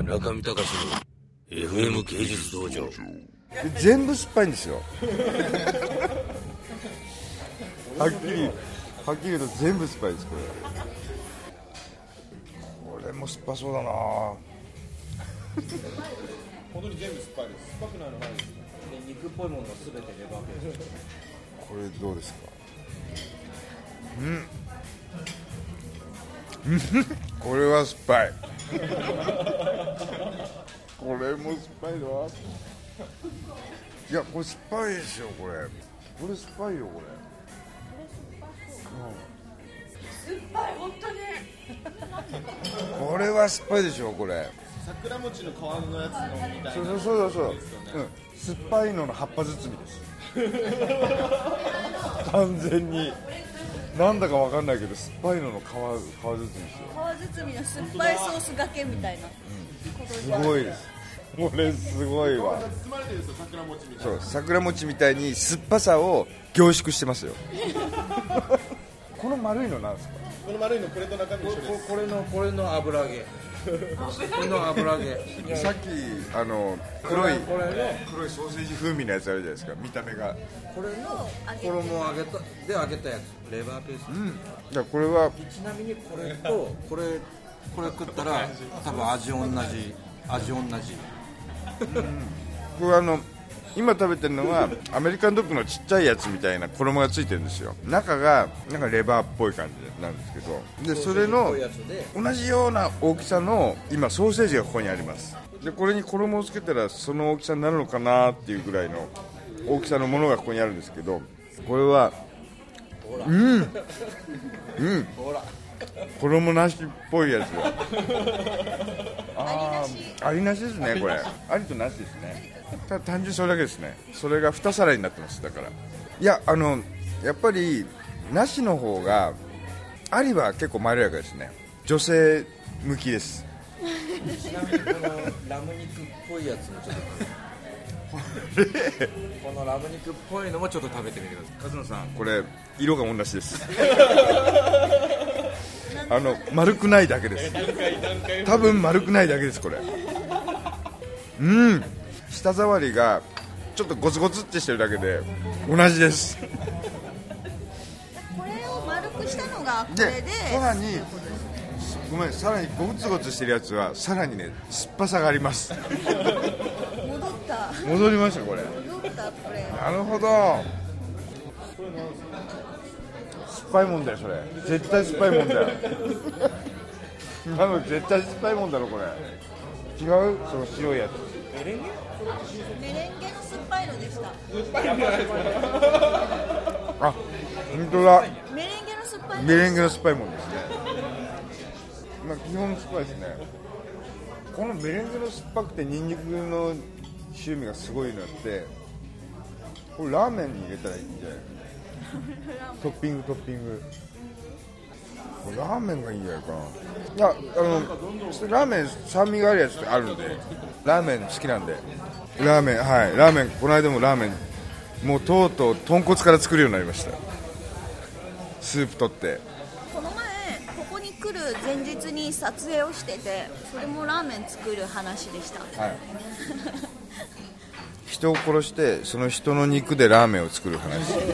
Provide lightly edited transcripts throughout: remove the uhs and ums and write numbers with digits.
中見隆の FM 芸術道場。 全部酸っぱいんですよはっきり言うと全部酸っぱいです。これも酸っぱそうだな。 本当に全部酸っぱいです。酸っぱくないのないです。で肉っぽいものが全てレバーペースト。 これどうですか。これは酸っぱいこれも酸っぱいな。いやこれ酸っぱいですよ。これ酸っぱいよ。これ酸っぱい本当にこれは酸っぱいでしょ。これ桜餅の皮のやつのみたいな。 そう、酸っぱいのの葉っぱ包みです完全になんだかわかんないけど酸っぱいのの皮包みですよ。 皮包みの酸っぱいソースがけみたいな、 すごいです。これすごいわ。 包まれてるんですよ、桜餅みたいな。 そう、桜餅みたいに酸っぱさを凝縮してますよこの丸いのなんですか。 この丸いのこれと中身一緒です。 これの油揚げ。これの油揚げ。 さっき黒いソーセージ風味のやつあるじゃないですか。見た目がこれの衣を揚げたやつ。レバーペースト。 じゃあこれはちなみにこれとこれ食ったら多分味同じ。 これ今食べてるのはアメリカンドッグのちっちゃいやつみたいな衣がついてるんですよ。中がなんかレバーっぽい感じなんですけど、でそれの同じような大きさの今ソーセージがここにあります。でこれに衣をつけたらその大きさになるのかなっていうぐらいの大きさのものがここにあるんですけど、これは衣なしっぽいやつありなしですね。これありとなしですね。単純にそれだけですね。それが2皿になってます。だからいややっぱりなしの方がありは結構まろやかですね。女性向きです。 ちなみにこのラム肉っぽいやつもちょっとこのラム肉っぽいのもちょっと食べてみてください。 勝野さんこれ色が同じです丸くないだけです。多分丸くないだけです。これ舌触りがちょっとゴツゴツってしてるだけで同じです。 これを丸くしたのがこれでさらにゴツゴツしてるやつはさらにね酸っぱさがあります。戻りました。これなるほど。酸っぱいもんだよ。それ絶対酸っぱいもんだよ今の絶対酸っぱいもんだろ。これ違う。その白いやつメレンゲの酸っぱいのでした。 あ、本当だ。 メレンゲの酸っぱいメレンゲの酸っぱいもんですね。基本酸っぱいですね。このメレンゲの酸っぱくてニンニクの風味がすごいのって、これラーメンに入れたらいいんじゃないトッピングこれラーメンがいいんじゃないかな。いやラーメン酸味があるやつってあるんで、ラーメン好きなんでラーメンこの間もラーメンもうとうとう豚骨から作るようになりました。スープ取ってこの前ここに来る前日に撮影をしてて、それもラーメン作る話でした。 人を殺してその人の肉でラーメンを作る話そ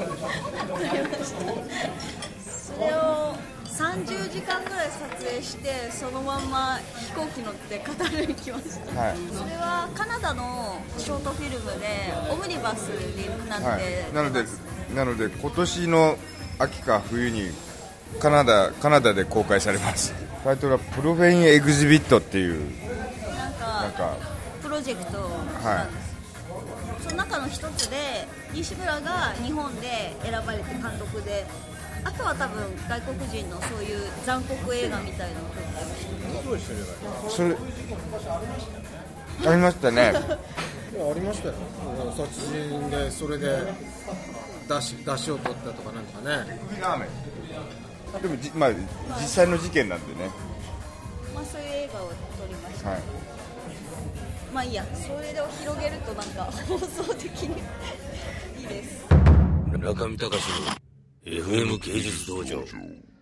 れを30時間ぐらい撮影して、そのまんま飛行機乗ってカタールに来ました。それはカナダのショートフィルムでオムニバスになってなので今年の秋か冬にカナダで公開されます。タイトルはプロフェインエグジビットっていうなんかプロジェクトなんです。その中の一つで西村が日本で選ばれて監督で、あとは多分外国人のそういう残酷映画みたいなのを撮ってる人。 それありましたね。 ありましたよ。殺人でそれで出汁を取ったとかなんかね。 ラーメンでも実際の事件なんでね。 そういう映画を撮りました。いいや、それを広げるとなんか放送的にいいです。 中見隆の FM 芸術道場。